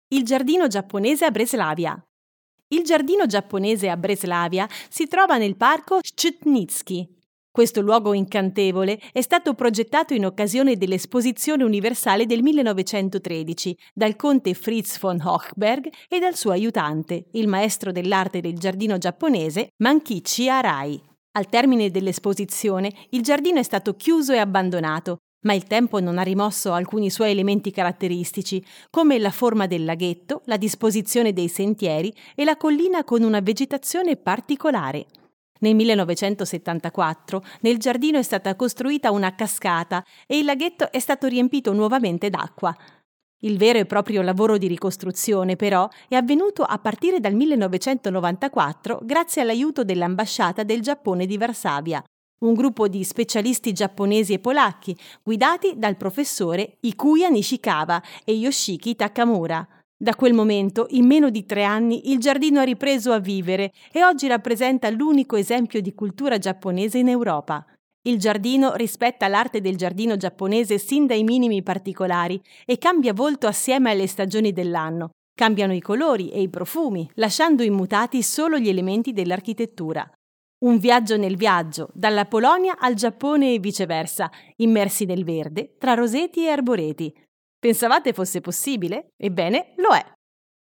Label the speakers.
Speaker 1: Il giardino giapponese a Breslavia. Il giardino giapponese a Breslavia si trova nel parco Szczytnicki. Questo luogo incantevole è stato progettato in occasione dell'Esposizione Universale del 1913 dal conte Fritz von Hochberg e dal suo aiutante, il maestro dell'arte del giardino giapponese Mankichi Arai. Al termine dell'esposizione, il giardino è stato chiuso e abbandonato, ma il tempo non ha rimosso alcuni suoi elementi caratteristici, come la forma del laghetto, la disposizione dei sentieri e la collina con una vegetazione particolare. Nel 1974 nel giardino è stata costruita una cascata e il laghetto è stato riempito nuovamente d'acqua. Il vero e proprio lavoro di ricostruzione, però, è avvenuto a partire dal 1994 grazie all'aiuto dell'ambasciata del Giappone di Varsavia, un gruppo di specialisti giapponesi e polacchi guidati dal professore Ikuya Nishikawa e Yoshiki Takamura. Da quel momento, in meno di 3 anni, il giardino ha ripreso a vivere e oggi rappresenta l'unico esempio di cultura giapponese in Europa. Il giardino rispetta l'arte del giardino giapponese sin dai minimi particolari e cambia volto assieme alle stagioni dell'anno. Cambiano i colori e i profumi, lasciando immutati solo gli elementi dell'architettura. Un viaggio nel viaggio, dalla Polonia al Giappone e viceversa, immersi nel verde, tra roseti e arboreti. Pensavate fosse possibile? Ebbene, lo è!